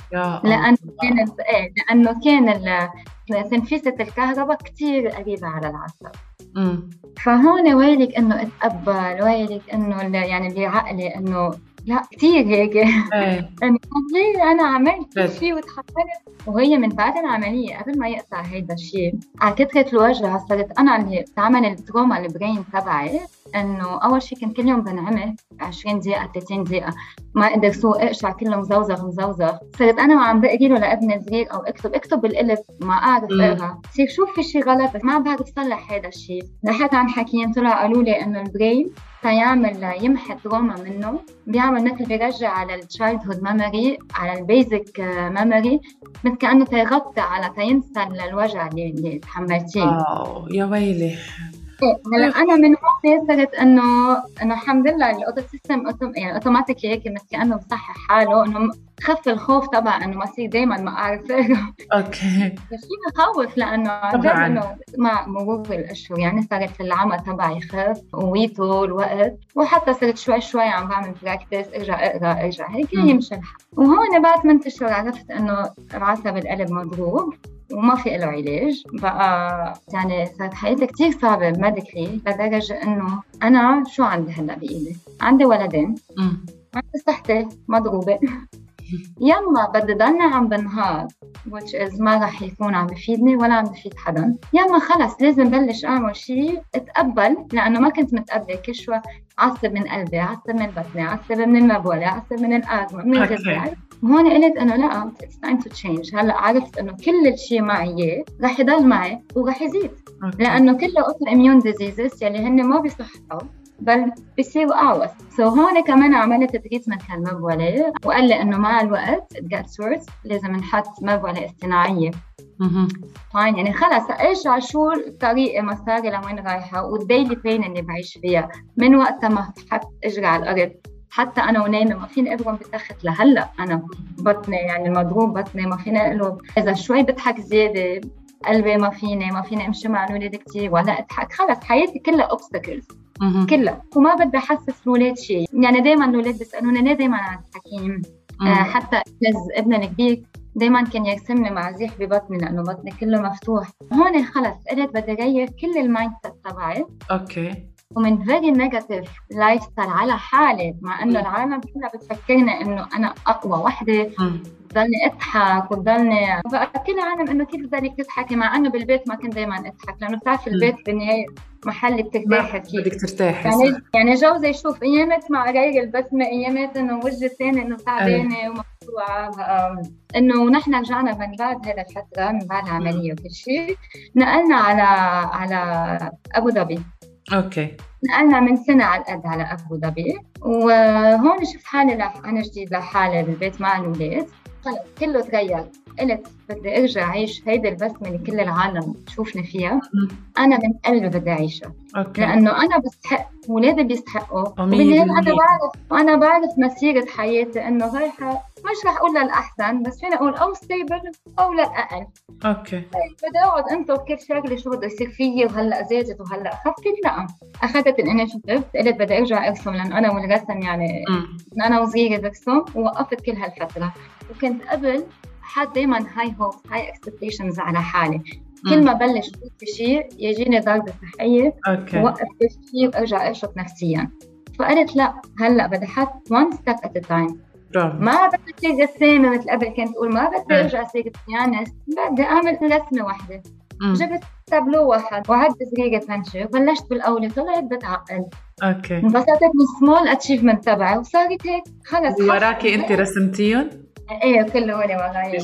E: لانه كان تنفيذة الكهرباء كتير قريبة على العصب. فهون ويلك انه اتقبل، ويلك انه يعني اللي عقلي انه لا كتير هيك انه ليه انا عملت شيء وتحملت. وهي من بعد العملية قبل ما يقطع هيدا الشيء على كثرة الوجع صرت انا اللي بتعمل التروما البرين تبعي. انه اول شيء كنت كل يوم بنعمل 20 دقيقة 30 دقيقة ما اقدر سوق اقشع كله مزوزغ. صرت انا وعم بقري له لابني صغير او اكتب بالقلب ما اعرف اقرا. صير شوف في شيء غلط بس ما بعرف صلح هذا الشيء. رحت عن حكيم طلع قالوا لي انه البرين يمحى تروما منه، بيعمل مثل بيرجع على التشايلد هود ميموري، على البيزك ميموري، مثل كأنه تيغطي على تينسى الوجع اللي تحملتيه.
D: يا ويلي.
E: هلا انا من هون صرت انه الحمد لله الاوتو سيستم يعني اوتوماتيكي هيك مثل كانه بصحح حاله، انه خف الخوف طبعا انه ما صير دائما ما اعرف
D: اوكي.
E: بس شيء بخوف لانه عن انه مع مرور الاشهر يعني صارت العمى تبعي يخف ويطول الوقت، وحتى صرت شوي عم بعمل براكتس ارجع هيك يمشي الحال. وهون بعد 8 أشهر عرفت انه العصب القلب مضروب وما في له علاج. بقى يعني صارت حياتي كتير صعبة ميديكلي لدرجة إنه أنا شو عندي هلا بإيدي؟ عندي ولدين، عندي صحتي مضروبة. يما بدي ضلني عم بنهار which is ما رح يكون عم بفيدني ولا عم بفيد حدا. يما خلص لازم بلش أعمل شيء اتقبل، لأنه ما كنت متقبلة كل شوي عصب من قلبي، عصب من بطني، عصب من المبولة، عصب من الأزمة، من الغذاء. وهون قلت إنه لا it's time to change. هلا عرفت إنه كل الشيء معي رح يضل معي ورح يزيد، لأنه كله auto immune diseases يلي هن ما بيصحوا بل بيصيروا أعوس. هون كمان عملت تريتمنت للمبولة، وقال لي إنه مع الوقت it gets worse لازم نحط مبولة اصطناعية. فاين يعني خلص ارجع شو الطريقة مساري لوين رايحة والديلي بين اللي بعيش فيها من وقت ما حط اجري على الأرض. حتى أنا ونايمة ما فيني أبرم بالتخت لهلا، أنا بطني يعني المضروب بطني ما فيني أقلب. إذا شوي بضحك زيادة قلبي ما فيني أمشي مع الولاد كتير ولا أضحك. خلص حياتي كلها obstacles كلها، وما بدي أحسس الولاد شيء. يعني دايما الولاد بيسألوني ليه دايما عند حكيم. حتى ابننا الكبير دايما كان يرسم لي معازيح ببطني لأنه بطني كله مفتوح. هون خلص قلت بدي أغير كل المايند سيت تبعي. اوكي. ومن very negative lifestyle على حالي، مع إنه العالم كلها بتفكرني إنه أنا أقوى وحدة، بضلني أضحك وبضلني بقى كل العالم إنه كيف بدك تضحكي، مع إنه بالبيت ما كنت دايما أضحك، لأنه بتعرف البيت بالنهاية محل بترتاحي فيه. بدك ترتاحي يعني جوزي يشوف أيامات مع غير البسمة، أيامات إنه وجه ثاني إنه تعبانة ومقطوعة. إنه نحن رجعنا من بعد هذا الفترة من بعد العملية وكل شيء، نقلنا على أبو ظبي. اوكي. نقلنا من سنة على القد على أبو ظبي، وهون شفت حالي أنا جديد لحالي بالبيت مع الولاد. خلص كله تغير. قلت بدي ارجع اعيش هيدي البسمه اللي كل العالم تشوفني فيها. انا من قلبي بدي اعيشها. لانه انا بستحق، ولادي بيستحقوا، وبالنهايه انا بعرف مسيره حياتي انه رايحه، مش رح اقول للاحسن بس فينا اقول او ستيبل او للاقل.
D: اوكي.
E: بدي اقعد انطر كل شغله شو بده يصير فيي، وهلا زادت وهلا خفت. لا، اخذت الانيشيتيف، قلت بدي ارجع ارسم، لان انا والرسم يعني من انا وصغيره برسم، ووقفت كل هالفتره. وكنت قبل حد دايما هاي هوب، هاي اكسبكتيشنز على حالي. كل ما بلش في شيء يجيني ضربه صحيه، ووقف كل شيء وارجع اشرب نفسيا. فقلت لا، هلا بدي احط one step at a time. ما بدي اصير رسامه مثل قبل كنت اقول، ما بدي ارجع اصير بيانست، بدي اعمل رسمه واحده. جبت تابلو واحد وعد صغيره بنشر، بلشت بالاولى طلعت بتعقد.
D: اوكي.
E: انبسطت من سمول اتشيفمنت تبعي، وصارت هيك خلص.
D: وراكي انت رسمتيهم؟
E: ايه كله ولي وراي.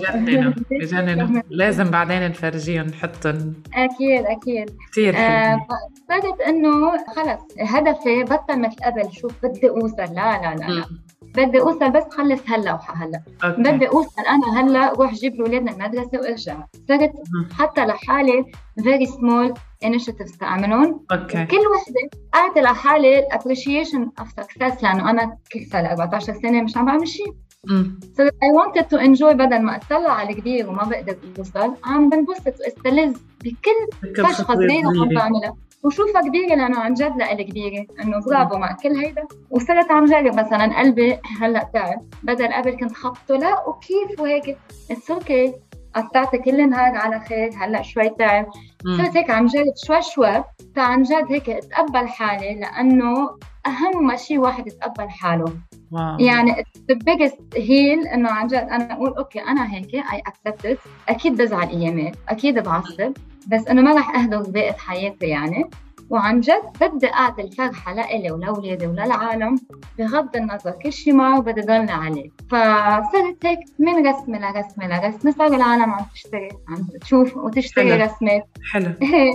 D: بجننوا لازم بعدين نفرجيهم نحطهم.
E: اكيد
D: كثير حلو.
E: صارت انه خلص هدفي بطل مثل قبل، شوف بدي اوصل، لا بدي اوصل بس خلص هلا وهلا. بدي اوصل انا هلا، روح جيب لي اولادنا المدرسه وارجع. صرت حتى لحالي very small initiatives تعملهم. كل وحده اعطي لحالي الابريشيشن اوف سكسس، لانه انا كل صار 14 سنه مش عم بعمل شيء. So I wanted to enjoy، بدل ما اطلع على الكبير وما بقدر اوصل، عم بنبسط واستلذ بكل فشخه صغيره عم بعملها وشوفها كبيره، لانه عن جد لإلي كبيره. انه برافو مع كل هيدا. وصرت عم جرب مثلا قلبي هلا تعب، بدل قبل كنت خبطه لا وكيف وهيك اتس اوكي، قطعت كل نهار على خير، هلا شوي تعب. صرت هيك عم جرب شوي عن جد هيك اتقبل حالي، لانه اهم شيء واحد يتقبل حاله. يعني the biggest heal انه عن جد انا اقول اوكي انا هيك I accept it. اكيد بزعل ايامات، اكيد بعصب، بس انه ما رح اهدر بقية حياتي يعني. وعن جد بدي اعطي الفرحه لإلي ولأولادي وللعالم، بغض النظر كل شيء معه بدي ضلني عليه. فصرت هيك من رسمه لرسمه صار العالم عم تشتري، عم تشوف وتشتري رسمات.
D: حلو.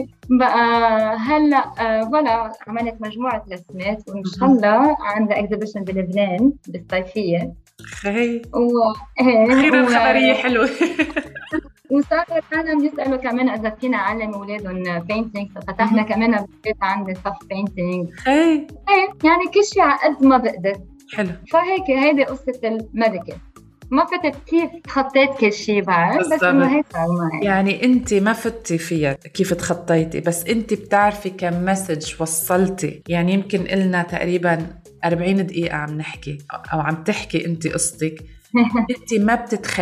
E: بقى هلا ولا عملت مجموعه رسمات، وان شاء الله عندها اكزيبيشن بلبنان بالصيفيه.
D: اخيرا خبريه حلوه.
E: وصار العالم يسألوا كمان إذا فينا نعلم أولادهم بينتينج، ففتحنا كمان بالبيت عندي صف بينتينج. يعني كل شيء على قد ما بقدر.
D: حلو.
E: فهيك هيدي قصة الميديكال. ما فتت كيف تخطيت كل شيء بعد، بس إنه هيك صار معي.
D: يعني أنت ما فتي فيها كيف تخطيتي، بس أنت بتعرفي كم مسج وصلتي. يعني يمكن إلنا تقريبا 40 دقيقة عم نحكي أو عم تحكي أنت قصتك. انت ما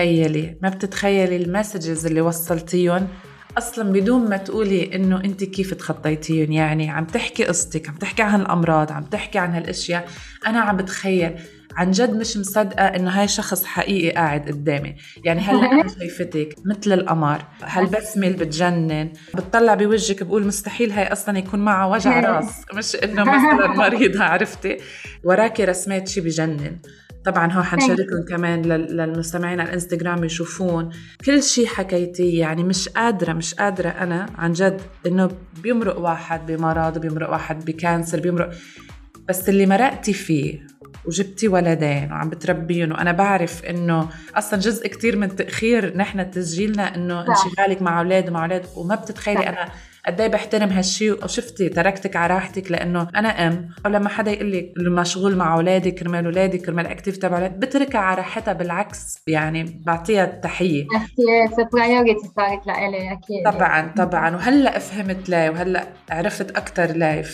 D: بتتخيلي المسجز اللي وصلتيهم اصلا بدون ما تقولي انه انت كيف تخطيتيهم. يعني عم تحكي قصتك، عم تحكي عن الامراض، عم تحكي عن هالاشياء. انا عم بتخيل عن جد مش مصدقه انه هاي شخص حقيقي قاعد قدامي. يعني هلا انا شايفتك مثل القمر، هالبسمه اللي بتجنن، بتطلع بوجهك بقول مستحيل هاي اصلا يكون معها وجع راس، مش انه مثلا مريضه. عرفتي وراكي رسمات شي بجنن. طبعا هو حنشاركهم كمان للمستمعين على الانستغرام يشوفون كل شيء حكيتي. يعني مش قادرة أنا عن جد إنه بيمرق واحد بمرض، بيمرق واحد بكانسر، بيمرق، بس اللي مرقتي فيه وجبتي ولدين وعم بتربيهم. وأنا بعرف إنه أصلا جزء كتير من تأخير نحن تسجيلنا إنه انشغالك مع أولاد وما بتتخيلي أنا قدي بحترم هالشي. وشفتي تركتك على راحتك، لأنه أنا أم، ولما حدا يقول لي مشغول مع أولادي كرمال أولادي كرمال أكتيف تبع أولاد، بتركها على راحتها. بالعكس يعني بعطيها التحية.
E: برايورتي صارت لإلي أكيد.
D: طبعا وهلأ فهمت لي وهلأ عرفت أكتر لي.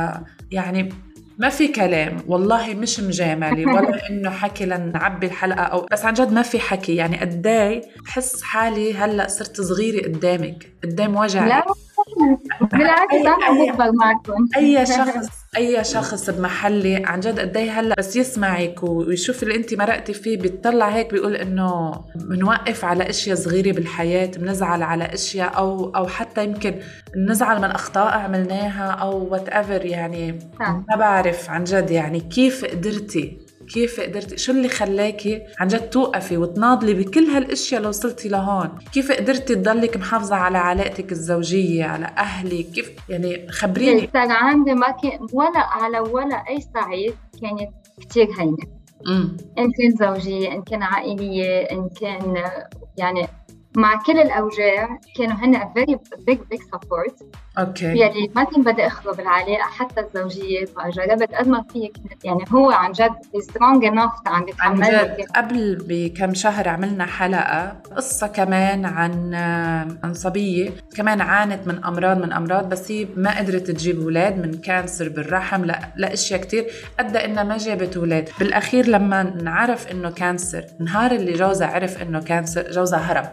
D: يعني ما في كلام والله، مش مجاملة ولا إنه حكي لنعبي الحلقة أو بس، عن جد ما في حكي. يعني قداي بحس حالي هلأ صرت صغيرة قدامك، قدام وجعي.
E: لا بالعكس أنا بكبر معكم.
D: أي شخص بمحلي عن جد قداي هلأ بس يسمعك ويشوف اللي أنت مرقتي فيه بيطلع هيك بيقول إنه بنوقف على أشياء صغيرة بالحياة، بنزعل على أشياء أو حتى يمكن نزعل من أخطاء عملناها أو whatever. يعني ما بعرف عن جد يعني كيف قدرتي شو اللي خلاكي عن جد توقفي وتناضلي بكل هالاشياء اللي وصلتي لهون؟ كيف قدرتي تضلك محافظة على علاقتك الزوجية، على أهلك؟ كيف يعني خبريني.
E: صار عندي ما كان ولا على ولا أي صعيد كانت كتير هينة. إن كان زوجية، إن كان عائلية، إن كان يعني مع كل الأوجاع كانوا هن a very big support.
D: اوكي.
E: يعني ما كان بدي أخرب بالعلاقة حتى الزوجية، فجربت قد ما فيك يعني هو عن جد strong enough عم
D: عن
E: يتحمل.
D: جد قبل بكم شهر عملنا حلقة قصة كمان عن صبية كمان عانت من أمراض بس هي ما قدرت تجيب أولاد، من كانسر بالرحم لا أشياء كتير أدى إنها ما جابت أولاد. بالأخير لما نعرف إنه كانسر، نهار اللي جوزها عرف إنه كانسر جوزها هرب.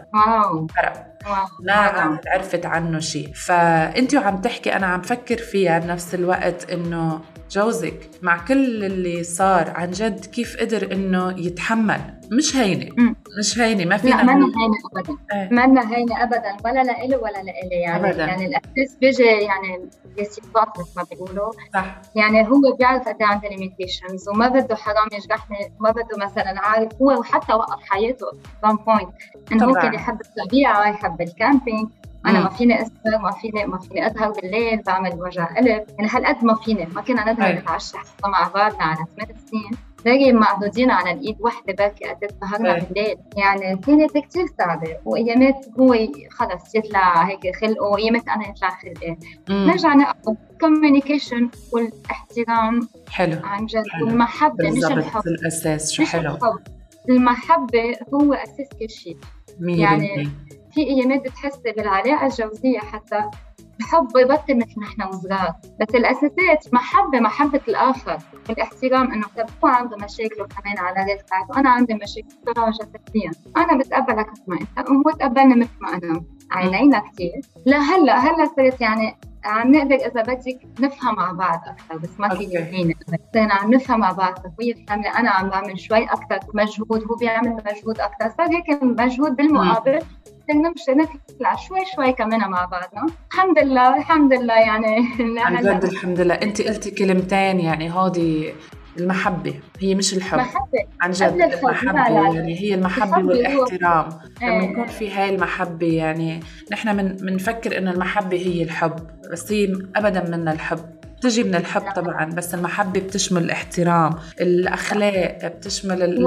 D: ما عرفت عنه شيء. فأنتي وعم تحكي أنا عم فكر فيها بنفس الوقت إنه جوزك مع كل اللي صار عن جد كيف قدر إنه يتحمل. مش هينة ما فينا.
E: لا ما هينة أبدا. ما هينة أبدا، ولا لإله ولا لإلي يعني أبداً. يعني الأساس بيجي يعني بصفات مثل ما بيقولوا.
D: صح.
E: يعني هو بيعرف قد عنده limitations وما بده حرام يجرحني، ما بده مثلا عارف هو وحتى وقف حياته one point إنه هو كان يحب الطبيعة، يحب الكامبينج. أنا ما فيني أسهر، ما فيني أظهر بالليل، بعمل وجع قلب يعني هالقد ما فيني. ما كنا نظهر نتعشى حتى مع بعضنا على 8 سنين باقي معدودين على الإيد واحدة باقي قد سهرنا بالليل. يعني كانت كتير صعبة، وأيامات هو خلص يطلع هيك خلقه وأيامات أنا يطلع خلقي. نرجع نقف communication والاحترام.
D: حلو
E: عن جد. والمحبة مش الحب
D: الأساس. شو حلو
E: الحب. المحبة هو أساس كل شيء. يعني في أيامات بتحسي بالعلاقة الجوزية حتى الحب بيبطل مثل نحن وصغار، بس الأساسات محبة الآخر والاحترام. إنه هو عنده مشاكله كمان على راسه وأنا عندي مشاكل صراحة جسديا، أنا بتقبلك مثل ما أنت وهو تقبلني مثل ما أنا. عينينا كتير. لا هلا صرت يعني عم نقدر إذا بدك نفهم مع بعض أكثر، بس ما في يهينا. صرنا عم نفهم مع بعض، هو يفهم لي أنا عم بعمل شوي أكثر مجهود، هو بيعمل مجهود أكثر، صار هيك مجهود بالمقابل. نمشي نطلع شوي كمان مع بعضنا. الحمد لله يعني.
D: عن جد الحمد لله. أنت قلتي كلمتين يعني هذه المحبة هي مش الحب. عن جد المحبة يعني هي المحبة والاحترام. لما يكون في هاي المحبة يعني نحن منفكر إنه المحبة هي الحب، بس هي أبداً من الحب. بتجي من الحب طبعاً، بس المحبة بتشمل الاحترام، الأخلاق، بتشمل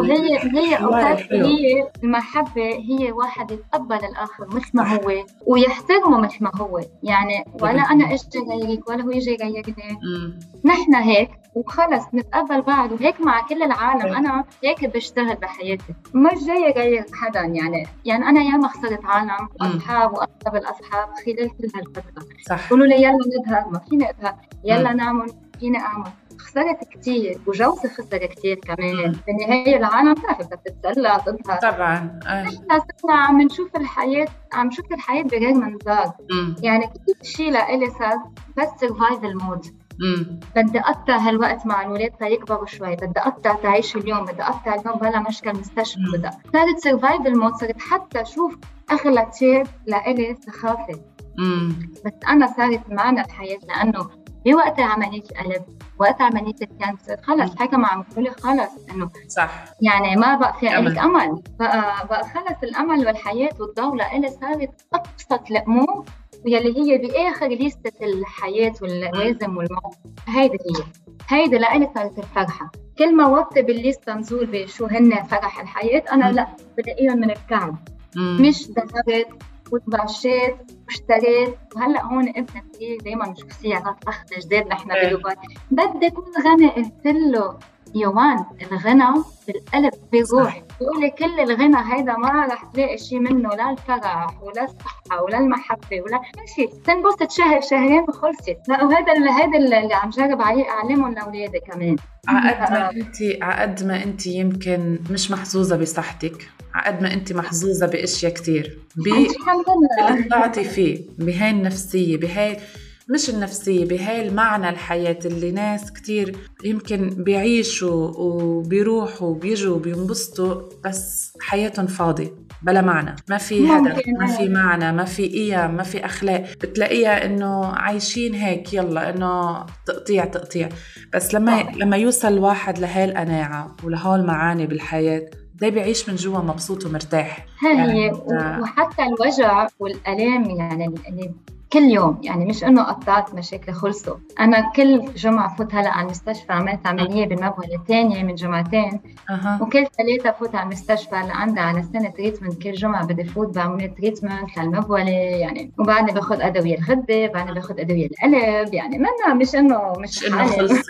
E: هي المحبة هي واحد يتقبل الآخر مثل ما هو ويحترمه مثل ما هو. يعني ولا أنا أجي غيرك ولا هو يجي غيرني، نحن هيك وخلص نتقبل بعض. وهيك مع كل العالم. أنا هيك بشتغل بحياتي، مش جاية غير حدا. يعني أنا ياما خسرت عالم وأصحاب وأقرب الأصحاب خلال كل هالفترة. قولوا لي يلا نذهب، ما فيني أذهب. يلا نعمل، فيني أعمل. خسرت كتير وجوزي خسر كتير كمان. في النهاية العالم تعرف بتتسلى تظهر
D: طبعا.
E: نحن صرنا عم نشوف الحياة بغير منظار. يعني كل شيء لإلي صار بس survival mode. بدي أقطع هالوقت مع الولاد تيكبروا شوي، بدي أقطع تعيش اليوم، بدي أقطع اليوم بلا مشكل مستشفى. صارت survival mode. صارت حتى شوف أغلى شيء لإلي سخافة. بس أنا صارت معنا الحياة، لأنه بوقت عملية القلب، وقت عملية الكانسر، خلص حكم عم تقولي خلص إنه
D: صح.
E: يعني ما بقى في عندك أمل. بقى خلص الأمل والحياة والدولة إلي صارت أبسط الأمور، ويلي هي بآخر ليستة الحياة واللوازم والموت. هيدا لإلي صارت الفرحة. كل ما وقت بالليستة نزول بشو هن فرح الحياة، أنا لا بلاقيهم من الكعب. مش ذهبت وتبعشيت واشتريت. وهلأ هون ابني كتير دايما نشوف سيارات فخمة جديد نحن بدبي، بدي أكون غني. قلت له يوان الغنى بالقلب بيروح. بيقولي كل الغنى هيدا ما رح تلاقي شيء منه، لا الفرح ولا الصحة ولا المحبة ولا شيء. تنبسط شهر شهرين وخلصت. لا وهذا اللي عم جرب أعلمهم لأولادي كمان.
D: عقد ما أنت يمكن مش محظوظة بصحتك، عقد ما أنت محظوظة بأشياء كتير
E: الحمد لله
D: طلعتي فيه، بهاي النفسية، بهاي مش النفسية، بهاي المعنى الحياة اللي ناس كتير يمكن بيعيشوا وبيروحوا وبيجوا وبينبسطوا بس حياتهم فاضي بلا معنى. ما في هدف، ما في معنى، ما في قيم، ما في أخلاق. بتلاقيها إنه عايشين هيك يلا إنه تقطيع. بس لما يوصل واحد لهاي القناعة ولهول المعاني بالحياة ده بيعيش من جوا مبسوط ومرتاح.
E: هي وحتى الوجع والألام يعني اللي كل يوم، يعني مش إنه قطعت مشاكل خلصوا. أنا كل جمعة فوت هلأ على المستشفى، عملت عملية بالمبولة الثانية من جمعتين، وكل 3 فوت على المستشفى اللي عندها على سنة تريتمنت. كل جمعة بدي فوت بعمل تريتمنت للمبولة يعني، وبعدني باخد أدوية الغدة، بعدني باخد أدوية القلب، يعني منا مش إنه
D: خلصت.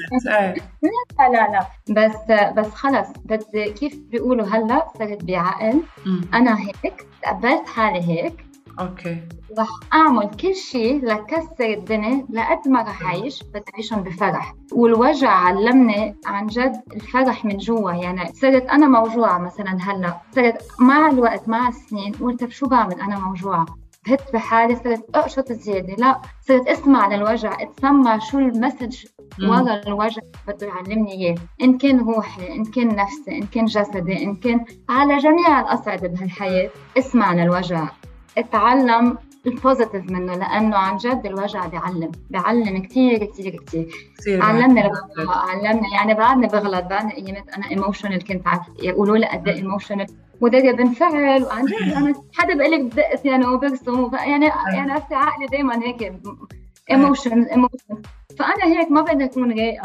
E: لا بس خلص بدي كيف بيقولوا هلا صرت بعقل. أنا هيك تقبلت حالي هيك،
D: اوكي،
E: رح اعمل كل شيء لكسر الدنيا لقد ما رح اعيش، بدي اعيشهم بفرح. والوجع علمني عن جد الفرح من جوا. يعني صرت انا موجوعه مثلا هلا، صرت مع الوقت مع السنين قلت شو بعمل انا موجوعه، بهت بحالي، صرت اقشط زياده، لا صرت اسمع للوجع، اتسمع شو المسج ورا الوجع بده يعلمني اياه، ان كان روحي، ان كان نفسي، ان كان جسدي، ان كان على جميع الاصعده بهالحياه. اسمع للوجع، اتعلم البوزيتيف منه، لأنه عن جد الوجع بيعلم كتير كتير كتير. علمني الوجع، علمني يعني بعدني بغلط، بعدني أيامات أنا ايموشنال، كنت عارف يقولوا لي قد ايه ايموشنال، وده بنفعل، وعن جد أنا حدا بقول لك بدقت يعني وبرسم يعني في عقلي دايما هيك ايموشن. فأنا هيك ما بدي أكون رايقة.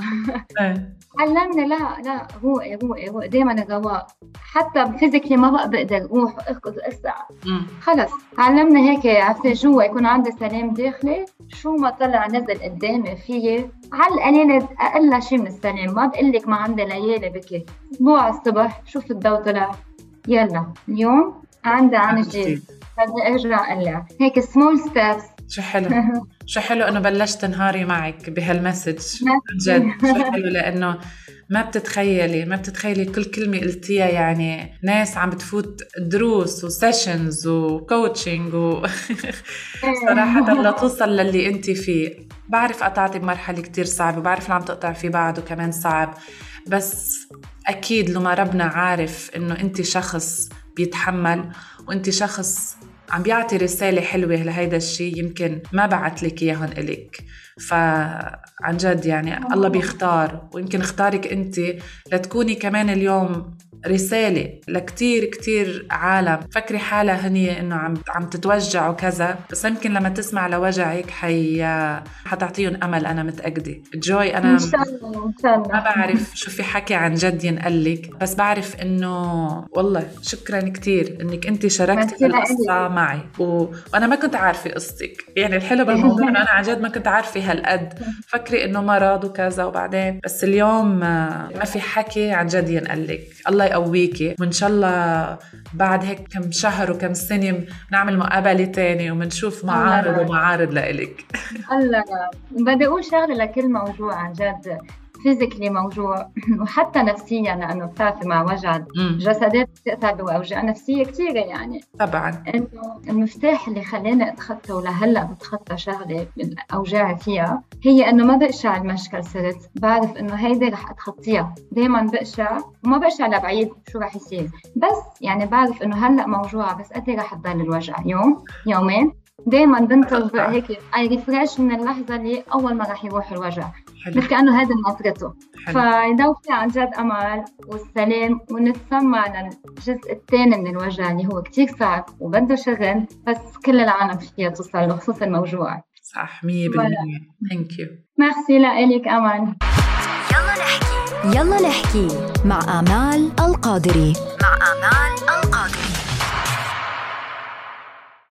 E: علمني لا روقي دايما الرواق، حتى فيزيكلي ما بقدر روح اركض اسرع. خلص علمنا هيك، عرفتي جوا يكون عندي سلام داخلي، شو ما طلع نزل قدامي فيي على القليل اقل شيء من السلام. ما بقلك ما عندي ليالي بكي، اسبوع الصبح شوف الضوء طلع، يلا اليوم عندي عن جديد، بدي ارجع اقلع هيك سمول ستيبس.
D: شو حلو انه بلشت نهاري معك بهالمسج جد. شو حلو، لانه ما بتتخيلي كل كلمة قلتيها، يعني ناس عم بتفوت دروس وسيشنز وكوتشنج صراحة لا توصل للي انت فيه. بعرف قطعتي بمرحلة كتير صعبة، وبعرف اللي عم تقطع فيه بعده كمان صعب، بس اكيد لما ربنا عارف انه انت شخص بيتحمل، وانت شخص عم بيعطي رسالة حلوة لهيدا الشيء، يمكن ما بعت لك إياهن إليك. فعن جد يعني الله بيختار، ويمكن اختارك أنت لتكوني كمان اليوم رسالة لكتير كتير عالم فكري حالها هنية إنه عم تتوجع وكذا، بس يمكن لما تسمع لوجعك حتعطيهم أمل. أنا متأكدة جوي، أنا
E: إن شاء الله
D: ما بعرف شو في حكي عن جد ينقلك، بس بعرف إنه والله شكرا كتير إنك أنت شاركتي القصة معي، وأنا ما كنت عارفة قصتك. يعني الحلو بالموضوع إنه أنا عن جد ما كنت عارفة هالقد، فكري إنه مرض وكذا وبعدين، بس اليوم ما في حكي عن جد ينقلك. الله يقويكي، وإن شاء الله بعد هيك كم شهر وكم سنة نعمل مقابلة تاني ومنشوف معارض لإلك.
E: الله بدي أقول شغلة لكل موجوع، عن جد فيزيكلي موجوع وحتى نفسيا، لأنه بتعرفي مع وجع جسدات بتقطع بأوجاع نفسية كتيرة. يعني
D: طبعا
E: إنه المفتاح اللي خلاني أتخطى ولهلأ بتخطى شغلة من أوجاعي فيها، هي إنه ما بقشع المشكل. صرت بعرف إنه هيدي رح أتخطيها. دايما بقشع وما بقشع لبعيد شو رح يصير، بس يعني بعرف إنه هلأ موجوعة، بس قد رح تضل الوجع يوم يومين. دايما بنتظر هيك اي ريفريش من اللحظه اللي اول ما راح يروح الوجع، مثل كانه هذا نظرته. فيدوفي عن جد امل والسلام، ونتسمع للجزء الثاني من الوجع اللي هو كتير صعب وبده شغل، بس كل العالم فيها توصل له، خصوصا الموجوع.
D: صح 100%. ثانك يو،
E: ميرسي لك امل.
B: يلا نحكي مع آمال القادري.